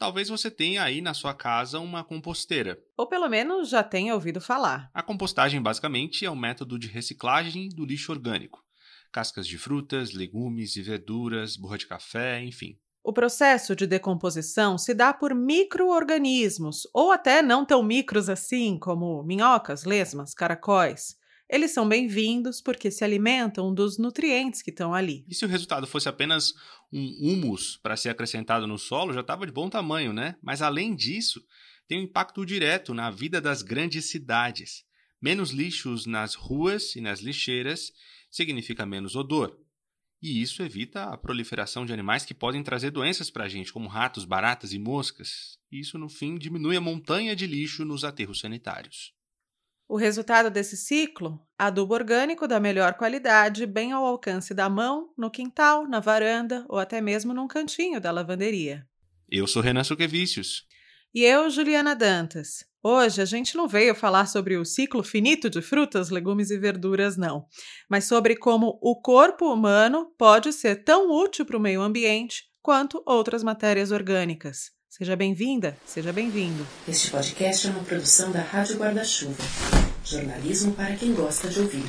Talvez você tenha aí na sua casa uma composteira. Ou pelo menos já tenha ouvido falar. A compostagem, basicamente, é um método de reciclagem do lixo orgânico. Cascas de frutas, legumes e verduras, borra de café, enfim. O processo de decomposição se dá por micro-organismos, ou até não tão micros assim, como minhocas, lesmas, caracóis. Eles são bem-vindos porque se alimentam dos nutrientes que estão ali. E se o resultado fosse apenas um humus para ser acrescentado no solo, já estava de bom tamanho, né? Mas além disso, tem um impacto direto na vida das grandes cidades. Menos lixos nas ruas e nas lixeiras significa menos odor. E isso evita a proliferação de animais que podem trazer doenças para a gente, como ratos, baratas e moscas. Isso, no fim, diminui a montanha de lixo nos aterros sanitários. O resultado desse ciclo? Adubo orgânico da melhor qualidade, bem ao alcance da mão, no quintal, na varanda ou até mesmo num cantinho da lavanderia. Eu sou Renan Suquevicius. E eu, Juliana Dantas. Hoje a gente não veio falar sobre o ciclo finito de frutas, legumes e verduras, não, mas sobre como o corpo humano pode ser tão útil para o meio ambiente quanto outras matérias orgânicas. Seja bem-vinda, seja bem-vindo. Este podcast é uma produção da Rádio Guarda-Chuva. Jornalismo para quem gosta de ouvir.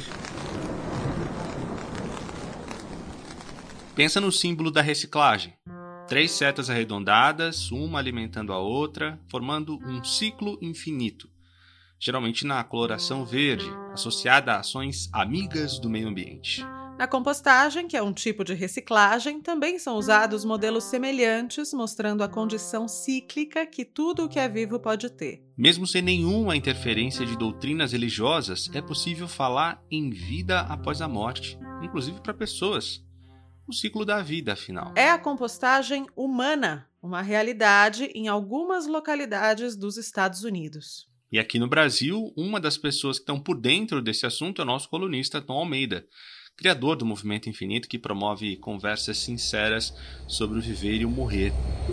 Pensa no símbolo da reciclagem. 3 setas arredondadas, uma alimentando a outra, formando um ciclo infinito. Geralmente na coloração verde, associada a ações amigas do meio ambiente. Na compostagem, que é um tipo de reciclagem, também são usados modelos semelhantes, mostrando a condição cíclica que tudo o que é vivo pode ter. Mesmo sem nenhuma interferência de doutrinas religiosas, é possível falar em vida após a morte, inclusive para pessoas. O ciclo da vida, afinal. É a compostagem humana, uma realidade em algumas localidades dos Estados Unidos. E aqui no Brasil, uma das pessoas que estão por dentro desse assunto é o nosso colunista Tom Almeida, criador do Movimento Infinito, que promove conversas sinceras sobre o viver e o morrer.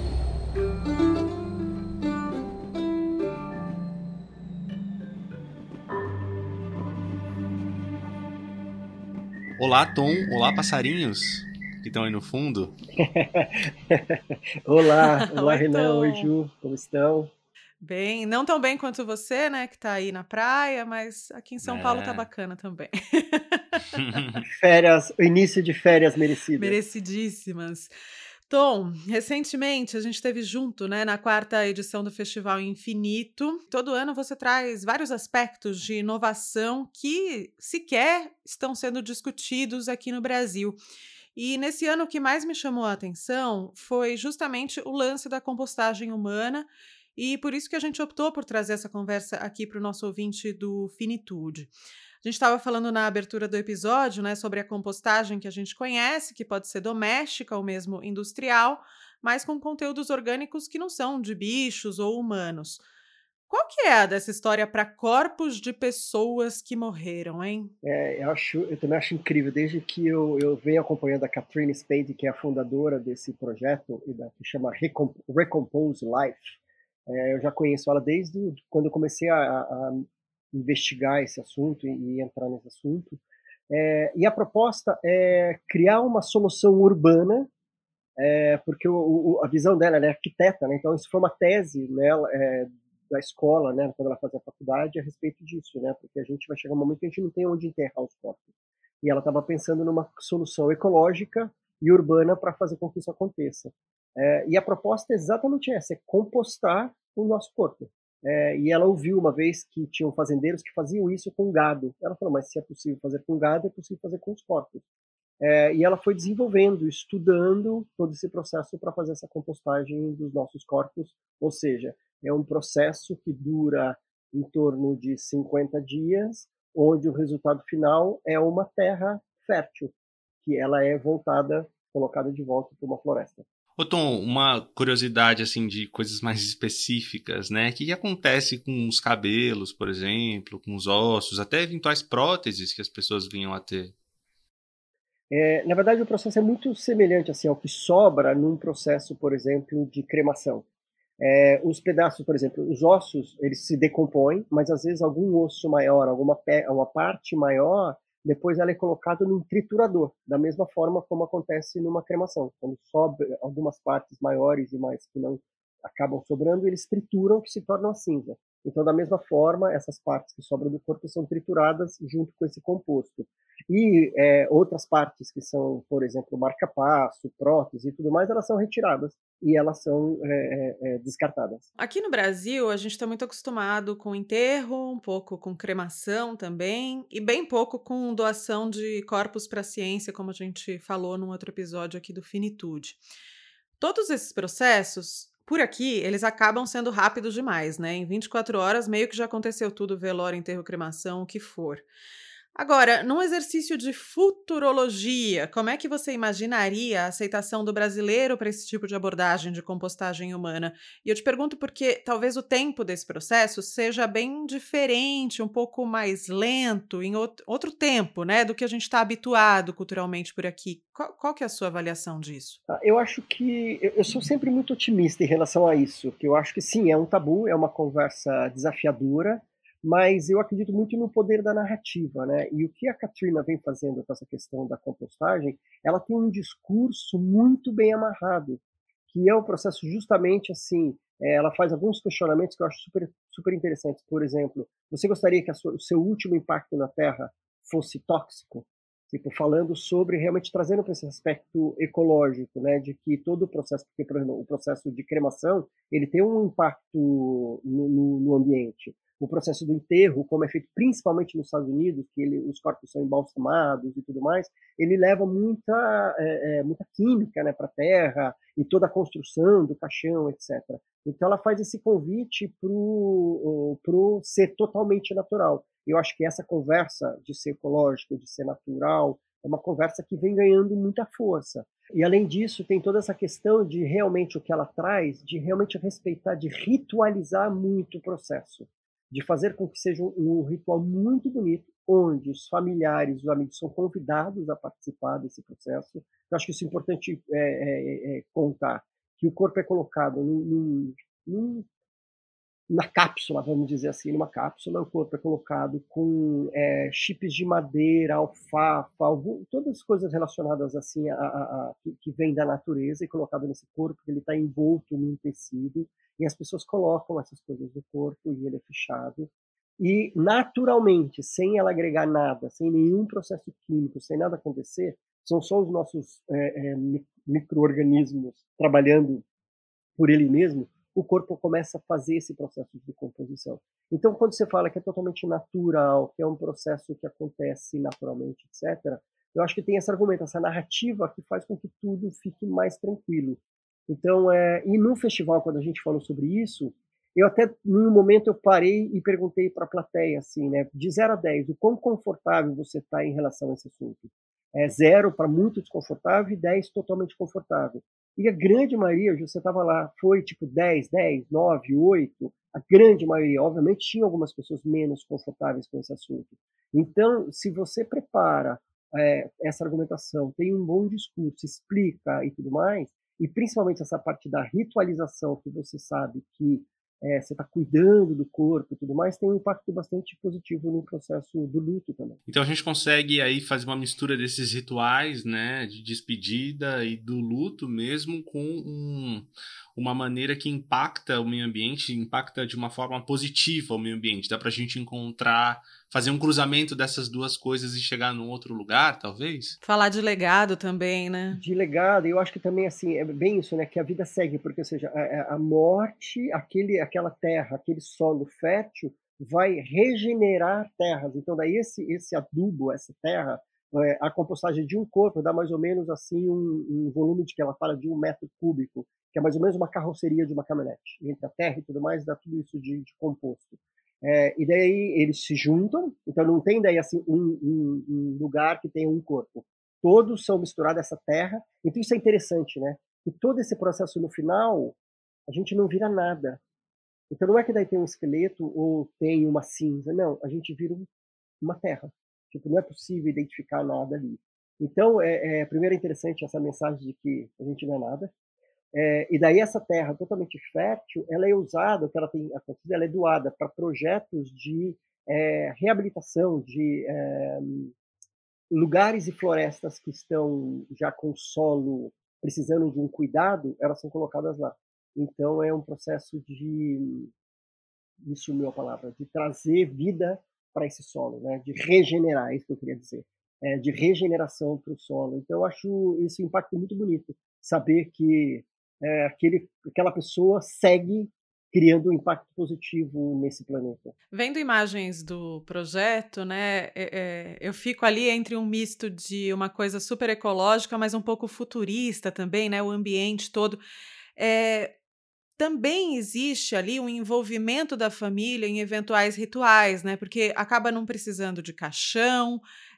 Olá, Tom. Olá, passarinhos que estão aí no fundo. Olá Oi, Renan, Tom. oi Ju, como estão? Bem, não tão bem quanto você, né, que tá aí na praia, mas aqui em São Paulo tá bacana também. Férias, início de férias merecidas. Merecidíssimas. Tom, recentemente a gente esteve junto, né, na 4ª edição do Festival Infinito. Todo ano você traz vários aspectos de inovação que sequer estão sendo discutidos aqui no Brasil. E nesse ano o que mais me chamou a atenção foi justamente o lance da compostagem humana, e por isso que a gente optou por trazer essa conversa aqui para o nosso ouvinte do Finitude. A gente estava falando na abertura do episódio, né, sobre a compostagem que a gente conhece, que pode ser doméstica ou mesmo industrial, mas com conteúdos orgânicos que não são de bichos ou humanos. Qual que é a dessa história para corpos de pessoas que morreram, hein? Eu também acho incrível, desde que eu venho acompanhando a Catherine Spade, que é a fundadora desse projeto, que chama Recompose Life. Eu já conheço ela desde quando eu comecei a investigar esse assunto e entrar nesse assunto. E a proposta é criar uma solução urbana, porque a visão dela, ela é arquiteta, né? Então isso foi uma tese nela, da escola, né, quando ela fazia a faculdade, a respeito disso, né? Porque a gente vai chegar um momento que a gente não tem onde enterrar os corpos. E ela estava pensando numa solução ecológica e urbana para fazer com que isso aconteça. E a proposta é exatamente essa, é compostar o nosso corpo. E ela ouviu uma vez que tinham fazendeiros que faziam isso com gado. Ela falou, mas se é possível fazer com gado, é possível fazer com os corpos. E ela foi desenvolvendo, estudando todo esse processo para fazer essa compostagem dos nossos corpos. Ou seja, é um processo que dura em torno de 50 dias, onde o resultado final é uma terra fértil, que ela é colocada de volta para uma floresta. Ô Tom, uma curiosidade assim de coisas mais específicas, né? O que acontece com os cabelos, por exemplo, com os ossos, até eventuais próteses que as pessoas vinham a ter? Na verdade, o processo é muito semelhante assim, ao que sobra num processo, por exemplo, de cremação. Os pedaços, por exemplo, os ossos, eles se decompõem, mas às vezes algum osso maior, uma parte maior, depois ela é colocada num triturador, da mesma forma como acontece numa cremação, quando sobra algumas partes maiores e mais que não acabam sobrando, eles trituram, que se tornam a cinza. Então, da mesma forma, essas partes que sobram do corpo são trituradas junto com esse composto. E outras partes que são, por exemplo, marca-passo, prótese e tudo mais, elas são retiradas e elas são descartadas. Aqui no Brasil, a gente está muito acostumado com enterro, um pouco com cremação também, e bem pouco com doação de corpos para a ciência, como a gente falou num outro episódio aqui do Finitude. Todos esses processos, por aqui, eles acabam sendo rápidos demais, né? Em 24 horas, meio que já aconteceu tudo, velório, enterro, cremação, o que for. Agora, num exercício de futurologia, como é que você imaginaria a aceitação do brasileiro para esse tipo de abordagem de compostagem humana? E eu te pergunto porque talvez o tempo desse processo seja bem diferente, um pouco mais lento, em outro tempo, né, do que a gente está habituado culturalmente por aqui. Qual que é a sua avaliação disso? Eu acho que eu sou sempre muito otimista em relação a isso, que eu acho que sim, é um tabu, é uma conversa desafiadora, mas eu acredito muito no poder da narrativa, né? E o que a Katrina vem fazendo com essa questão da compostagem, ela tem um discurso muito bem amarrado, que é um processo justamente assim, ela faz alguns questionamentos que eu acho super, super interessantes. Por exemplo, você gostaria que o seu último impacto na Terra fosse tóxico? Tipo, falando sobre, realmente trazendo para esse aspecto ecológico, né, de que todo o processo, porque, por exemplo, o processo de cremação, ele tem um impacto no ambiente. O processo do enterro, como é feito principalmente nos Estados Unidos, que os corpos são embalsamados e tudo mais, ele leva muita química, né, para a terra, e toda a construção do caixão, etc. Então ela faz esse convite pro ser totalmente natural. Eu acho que essa conversa de ser ecológico, de ser natural, é uma conversa que vem ganhando muita força. E além disso, tem toda essa questão de realmente o que ela traz, de realmente respeitar, de ritualizar muito o processo, de fazer com que seja um ritual muito bonito, onde os familiares, os amigos são convidados a participar desse processo. Eu acho que isso é importante contar, que o corpo é colocado na cápsula, vamos dizer assim, numa cápsula, o corpo é colocado com chips de madeira, alfafa, todas as coisas relacionadas assim que vêm da natureza e colocado nesse corpo, que ele está envolto num tecido, e as pessoas colocam essas coisas no corpo e ele é fechado. E naturalmente, sem ela agregar nada, sem nenhum processo químico, sem nada acontecer, são só os nossos micro-organismos trabalhando por ele mesmo, o corpo começa a fazer esse processo de decomposição. Então, quando você fala que é totalmente natural, que é um processo que acontece naturalmente, etc., eu acho que tem esse argumento, essa narrativa que faz com que tudo fique mais tranquilo. Então, e no festival, quando a gente falou sobre isso, eu até, num momento, eu parei e perguntei para a plateia, assim, né, de 0 a 10, o quão confortável você está em relação a esse assunto? 0 para muito desconfortável e 10 totalmente confortável. E a grande maioria, você estava lá, foi tipo 10, 9, 8, a grande maioria, obviamente tinha algumas pessoas menos confortáveis com esse assunto. Então, se você prepara essa argumentação, tem um bom discurso, explica e tudo mais, e principalmente essa parte da ritualização, que você sabe que você está cuidando do corpo e tudo mais, tem um impacto bastante positivo no processo do luto também. Então a gente consegue aí fazer uma mistura desses rituais, né, de despedida e do luto mesmo com uma maneira que impacta o meio ambiente, impacta de uma forma positiva o meio ambiente. Dá para a gente fazer um cruzamento dessas duas coisas e chegar num outro lugar, talvez? Falar de legado também, né? De legado, eu acho que também assim, é bem isso, né, que a vida segue, porque, ou seja, a morte, aquela terra, aquele solo fértil, vai regenerar terras. Então, daí esse adubo, essa terra, a compostagem de um corpo dá mais ou menos assim um volume de que ela fala de 1 metro cúbico, que é mais ou menos uma carroceria de uma caminhonete. Entre a terra e tudo mais, dá tudo isso de composto. E daí eles se juntam, então não tem daí assim um lugar que tem um corpo. Todos são misturados a essa terra. Então isso é interessante, né? E todo esse processo no final, a gente não vira nada. Então não é que daí tem um esqueleto ou tem uma cinza. Não, a gente vira uma terra. Tipo, não é possível identificar nada ali. Então, primeiro é interessante essa mensagem de que a gente não é nada. E daí essa terra totalmente fértil, ela é usada, o que ela tem acontecido, ela é doada para projetos de reabilitação, de lugares e florestas que estão já com solo precisando de um cuidado, elas são colocadas lá. Então é um processo me sumiu a palavra, de trazer vida para esse solo, né? De regenerar, é isso que eu queria dizer, de regeneração para o solo. Então eu acho esse impacto muito bonito, saber que aquela pessoa segue criando um impacto positivo nesse planeta. Vendo imagens do projeto, né, eu fico ali entre um misto de uma coisa super ecológica, mas um pouco futurista também, né, o ambiente todo. Eh, Também existe ali um envolvimento da família em eventuais rituais, né, porque acaba não precisando de caixão,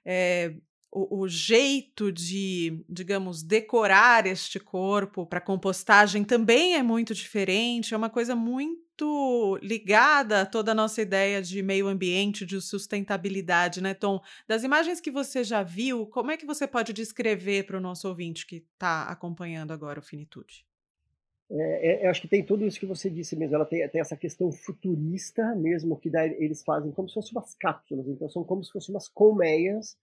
o jeito de, digamos, decorar este corpo para compostagem também é muito diferente, é uma coisa muito ligada a toda a nossa ideia de meio ambiente, de sustentabilidade, né, Tom? Das imagens que você já viu, como é que você pode descrever para o nosso ouvinte que está acompanhando agora o Finitude? Eu acho que tem tudo isso que você disse mesmo. Ela tem essa questão futurista mesmo, que daí eles fazem como se fossem umas cápsulas. Então são como se fossem umas colmeias,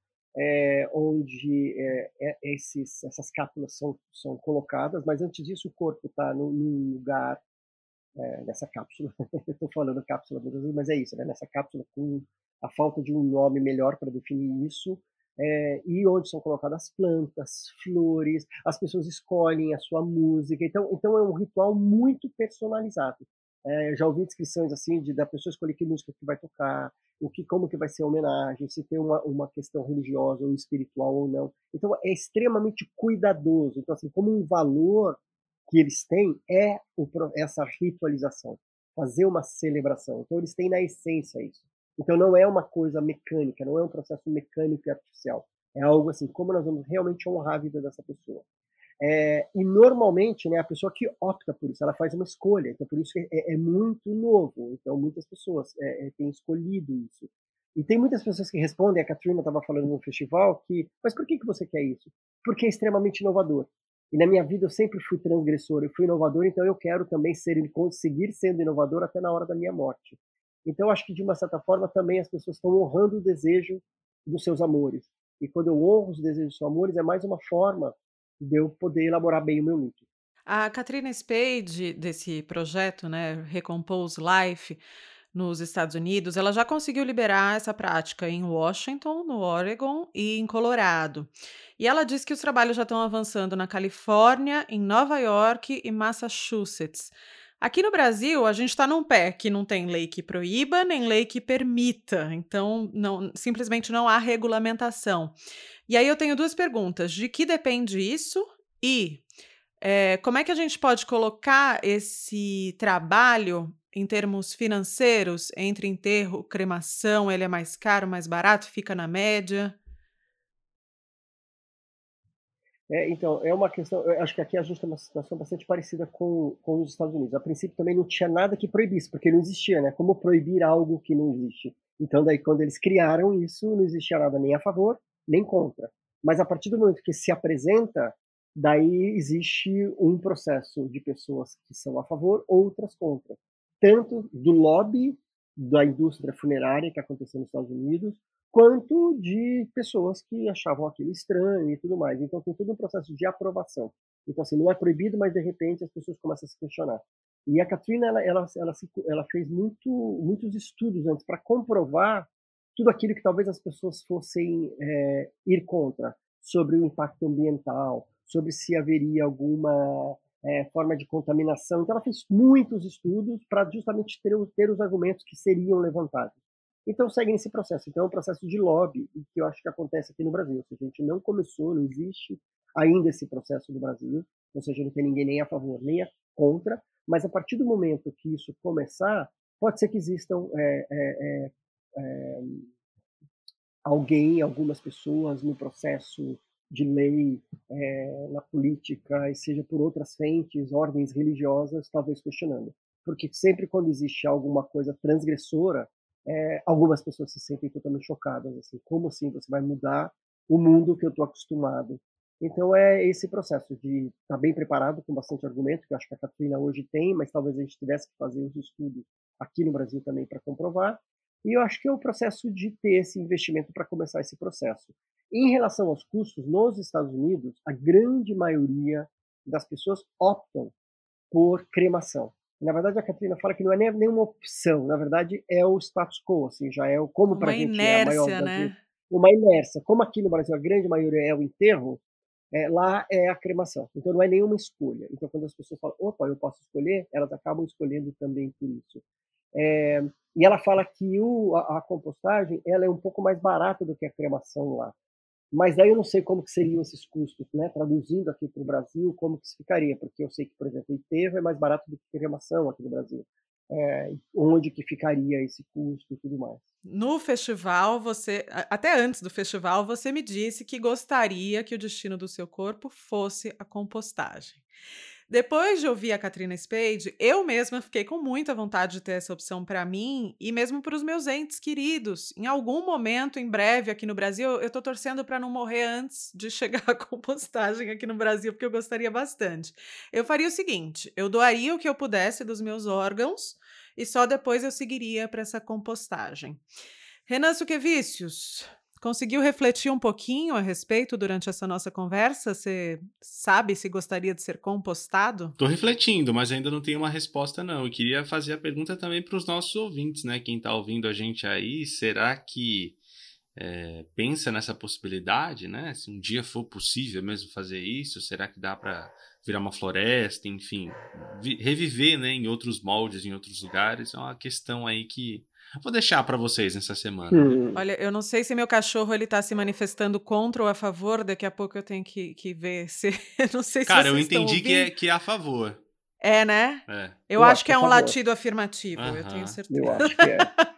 onde essas cápsulas são colocadas, mas antes disso o corpo está num lugar, nessa cápsula. Eu estou falando cápsula, mas é isso, né? Nessa cápsula, com a falta de um nome melhor para definir isso, e onde são colocadas plantas, flores, as pessoas escolhem a sua música. Então é um ritual muito personalizado. Eu já ouvi descrições assim da pessoa escolher que música que vai tocar, como que vai ser a homenagem, se tem uma questão religiosa ou espiritual ou não. Então é extremamente cuidadoso. Então assim, como um valor que eles têm essa ritualização, fazer uma celebração. Então eles têm na essência isso. Então não é uma coisa mecânica, não é um processo mecânico e artificial. É algo assim, como nós vamos realmente honrar a vida dessa pessoa. E normalmente, né, a pessoa que opta por isso, ela faz uma escolha. Então por isso é muito novo. Então muitas pessoas têm escolhido isso. E tem muitas pessoas que respondem, a Katrina estava falando no festival, mas por que você quer isso? Porque é extremamente inovador. E na minha vida eu sempre fui transgressor, eu fui inovador, então eu quero também conseguir sendo inovador até na hora da minha morte. Então acho que de uma certa forma também as pessoas estão honrando o desejo dos seus amores. E quando eu honro os desejos dos seus amores, é mais uma forma de eu poder elaborar bem o meu mito. A Katrina Spade, desse projeto, né, Recompose Life, nos Estados Unidos, ela já conseguiu liberar essa prática em Washington, no Oregon e em Colorado. E ela diz que os trabalhos já estão avançando na Califórnia, em Nova York e Massachusetts. Aqui no Brasil, a gente está num pé que não tem lei que proíba, nem lei que permita. Então, simplesmente não há regulamentação. E aí eu tenho duas perguntas: de que depende isso? E como é que a gente pode colocar esse trabalho em termos financeiros, entre enterro, cremação, ele é mais caro, mais barato, fica na média? Então, é uma questão. Eu acho que aqui a gente tem uma situação bastante parecida com os Estados Unidos. A princípio também não tinha nada que proibisse, porque não existia, né? Como proibir algo que não existe? Então, daí, quando eles criaram isso, não existia nada nem a favor, nem contra. Mas a partir do momento que se apresenta, daí existe um processo de pessoas que são a favor, outras contra. Tanto do lobby da indústria funerária que aconteceu nos Estados Unidos, quanto de pessoas que achavam aquilo estranho e tudo mais. Então tem todo um processo de aprovação. Então assim, não é proibido, mas de repente as pessoas começam a se questionar. E a Katrina, ela fez muitos estudos antes para comprovar tudo aquilo que talvez as pessoas fossem ir contra, sobre o impacto ambiental, sobre se haveria alguma forma de contaminação. Então ela fez muitos estudos para justamente ter os argumentos que seriam levantados. Então segue nesse processo. Então é um processo de lobby que eu acho que acontece aqui no Brasil. Ou seja, a gente não começou, não existe ainda esse processo no Brasil. Ou seja, não tem ninguém nem a favor nem a contra. Mas a partir do momento que isso começar, pode ser que existam algumas pessoas no processo de lei, na política, e seja por outras frentes, ordens religiosas, talvez questionando. Porque sempre quando existe alguma coisa transgressora, algumas pessoas se sentem totalmente chocadas, assim, como assim você vai mudar o mundo que eu estou acostumado? Então é esse processo de estar bem preparado, com bastante argumento, que eu acho que a Katrina hoje tem, mas talvez a gente tivesse que fazer os estudos aqui no Brasil também para comprovar. E eu acho que é o processo de ter esse investimento para começar esse processo. Em relação aos custos, nos Estados Unidos, a grande maioria das pessoas optam por cremação. Na verdade, a Catrina fala que não é nenhuma opção, na verdade é o status quo, assim, já é como para a gente é a maior inércia, né? Uma inércia. Como aqui no Brasil a grande maioria é o enterro, lá é a cremação. Então não é nenhuma escolha. Então quando as pessoas falam, opa, eu posso escolher, elas acabam escolhendo também por isso. E ela fala que a compostagem ela é um pouco mais barata do que a cremação lá. Mas aí eu não sei como que seriam esses custos, né? Traduzindo aqui para o Brasil, como que se ficaria, porque eu sei que, por exemplo, o enterro é mais barato do que a cremação aqui no Brasil. Onde que ficaria esse custo e tudo mais. No festival, até antes do festival, você me disse que gostaria que o destino do seu corpo fosse a compostagem. Depois de ouvir a Catrina Spade, eu mesma fiquei com muita vontade de ter essa opção para mim e mesmo para os meus entes queridos. Em algum momento, em breve, aqui no Brasil, eu estou torcendo para não morrer antes de chegar a compostagem aqui no Brasil, porque eu gostaria bastante. Eu faria o seguinte, eu doaria o que eu pudesse dos meus órgãos e só depois eu seguiria para essa compostagem. Renan Suquevicius, conseguiu refletir um pouquinho a respeito durante essa nossa conversa? Você sabe se gostaria de ser compostado? Estou refletindo, mas ainda não tenho uma resposta, não. Eu queria fazer a pergunta também para os nossos ouvintes, né? Quem está ouvindo a gente aí, será que pensa nessa possibilidade, né? Se um dia for possível mesmo fazer isso, será que dá para virar uma floresta, enfim, reviver, né, em outros moldes, em outros lugares? É uma questão aí que vou deixar para vocês nessa semana. Olha, eu não sei se meu cachorro ele tá se manifestando contra ou a favor. Daqui a pouco eu tenho que ver se... não sei se Cara, eu vocês entendi estão que é a favor. É, né? Eu acho que é um latido afirmativo, eu tenho certeza. Eu acho que é.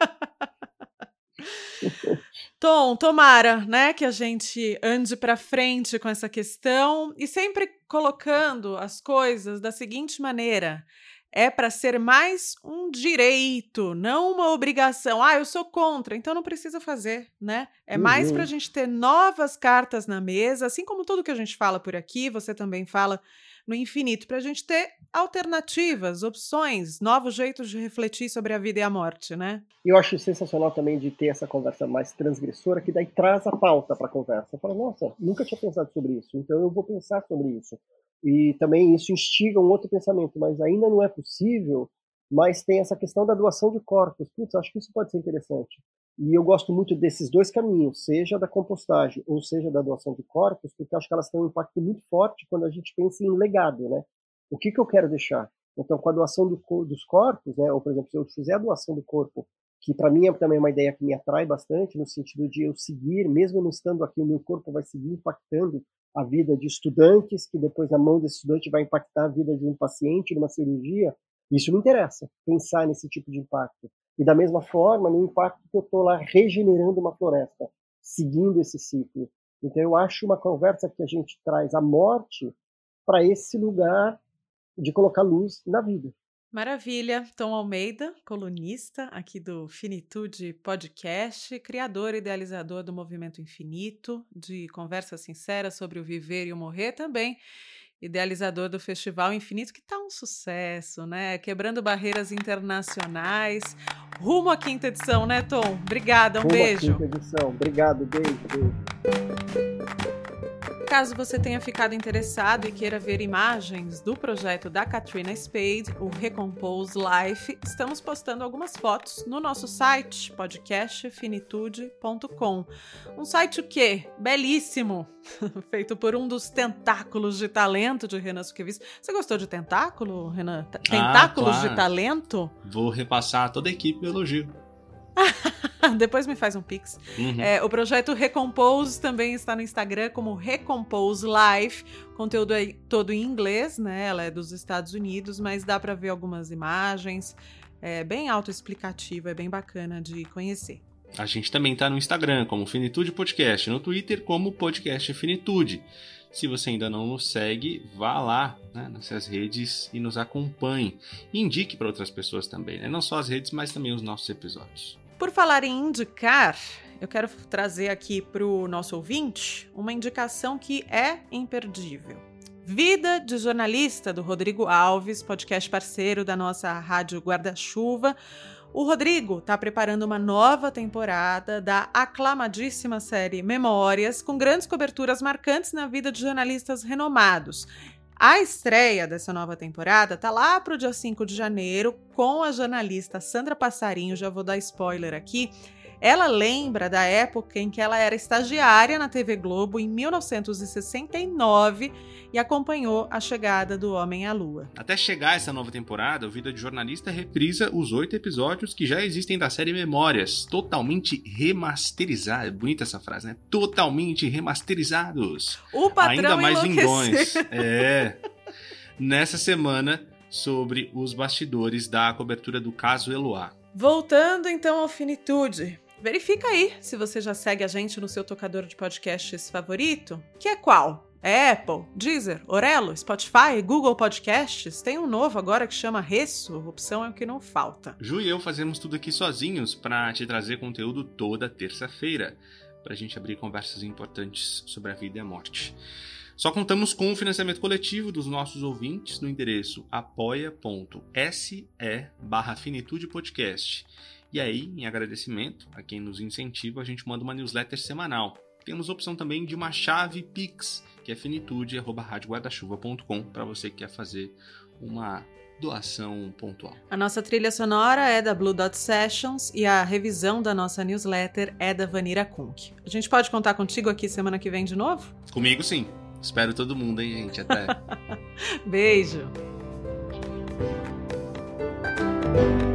Tom, tomara, né, que a gente ande para frente com essa questão e sempre colocando as coisas da seguinte maneira: é para ser mais um direito, não uma obrigação. Eu sou contra, então não precisa fazer, né? É mais para a gente ter novas cartas na mesa, assim como tudo que a gente fala por aqui, você também fala no Infinito, para a gente ter alternativas, opções, novos jeitos de refletir sobre a vida e a morte, né? Eu acho sensacional também de ter essa conversa mais transgressora, que daí traz a pauta para a conversa. Eu falo, nossa, nunca tinha pensado sobre isso, então eu vou pensar sobre isso. E também isso instiga um outro pensamento, mas ainda não é possível, mas tem essa questão da doação de corpos. Putz, acho que isso pode ser interessante. E eu gosto muito desses dois caminhos, seja da compostagem ou seja da doação de corpos, porque acho que elas têm um impacto muito forte quando a gente pensa em legado, né? O que eu quero deixar? Então, com a doação dos corpos, né? Ou, por exemplo, se eu fizer a doação do corpo, que para mim é também uma ideia que me atrai bastante, no sentido de eu seguir, mesmo não estando aqui, o meu corpo vai seguir impactando a vida de estudantes, que depois na mão desse estudante vai impactar a vida de um paciente numa cirurgia. Isso me interessa, pensar nesse tipo de impacto. E da mesma forma, no impacto que eu estou lá regenerando uma floresta, seguindo esse ciclo. Então eu acho uma conversa que a gente traz a morte para esse lugar de colocar luz na vida. Maravilha. Tom Almeida, colunista aqui do Finitude Podcast, criador e idealizador do Movimento Infinito, de conversa sincera sobre o viver e o morrer também, idealizador do Festival Infinito, que está um sucesso, né? Quebrando barreiras internacionais. Rumo à 5ª edição, né, Tom? Obrigada, um beijo. Rumo à 5ª edição. Obrigado, beijo. Caso você tenha ficado interessado e queira ver imagens do projeto da Catrina Spade, o Recompose Life, estamos postando algumas fotos no nosso site, podcastfinitude.com. Um site o quê? Belíssimo! Feito por um dos tentáculos de talento de Renan Suquevicius. Você gostou de tentáculo, Renan? Tentáculos claro. De talento? Vou repassar toda a equipe o elogio. Depois me faz um pix. O projeto Recompose também está no Instagram como Recompose Life, conteúdo aí todo em inglês, né? Ela é dos Estados Unidos, mas dá para ver algumas imagens, é bem autoexplicativo, é bem bacana de conhecer. A gente também está no Instagram como Finitude Podcast, no Twitter como Podcast Finitude. Se você ainda não nos segue, vá lá, né, nessas redes e nos acompanhe. E indique para outras pessoas também, né? Não só as redes, mas também os nossos episódios. Por falar em indicar, eu quero trazer aqui para o nosso ouvinte uma indicação que é imperdível. Vida de Jornalista, do Rodrigo Alves, podcast parceiro da nossa Rádio Guarda-Chuva. O Rodrigo está preparando uma nova temporada da aclamadíssima série Memórias, com grandes coberturas marcantes na vida de jornalistas renomados. A estreia dessa nova temporada tá lá pro dia 5 de janeiro, com a jornalista Sandra Passarinho, já vou dar spoiler aqui. Ela lembra da época em que ela era estagiária na TV Globo em 1969 e acompanhou a chegada do Homem à Lua. Até chegar essa nova temporada, o Vida de Jornalista reprisa os 8 episódios que já existem da série Memórias, totalmente remasterizados. Bonita essa frase, né? Totalmente remasterizados. O patrão ainda mais lindões. enlouqueceu. Nessa semana, sobre os bastidores da cobertura do caso Eloá. Voltando então ao Finitude. Verifica aí se você já segue a gente no seu tocador de podcasts favorito, que é qual? É Apple, Deezer, Orelo, Spotify, Google Podcasts. Tem um novo agora que chama Resso, opção é o que não falta. Ju e eu fazemos tudo aqui sozinhos para te trazer conteúdo toda terça-feira, para a gente abrir conversas importantes sobre a vida e a morte. Só contamos com o financiamento coletivo dos nossos ouvintes no endereço apoia.se/finitudepodcast. E aí, em agradecimento a quem nos incentiva, a gente manda uma newsletter semanal. Temos a opção também de uma chave Pix, que é finitude@radioguardachuva.com, para você que quer fazer uma doação pontual. A nossa trilha sonora é da Blue Dot Sessions e a revisão da nossa newsletter é da Vanira Kunk. A gente pode contar contigo aqui semana que vem de novo? Comigo sim. Espero todo mundo, hein, gente? Até. Beijo!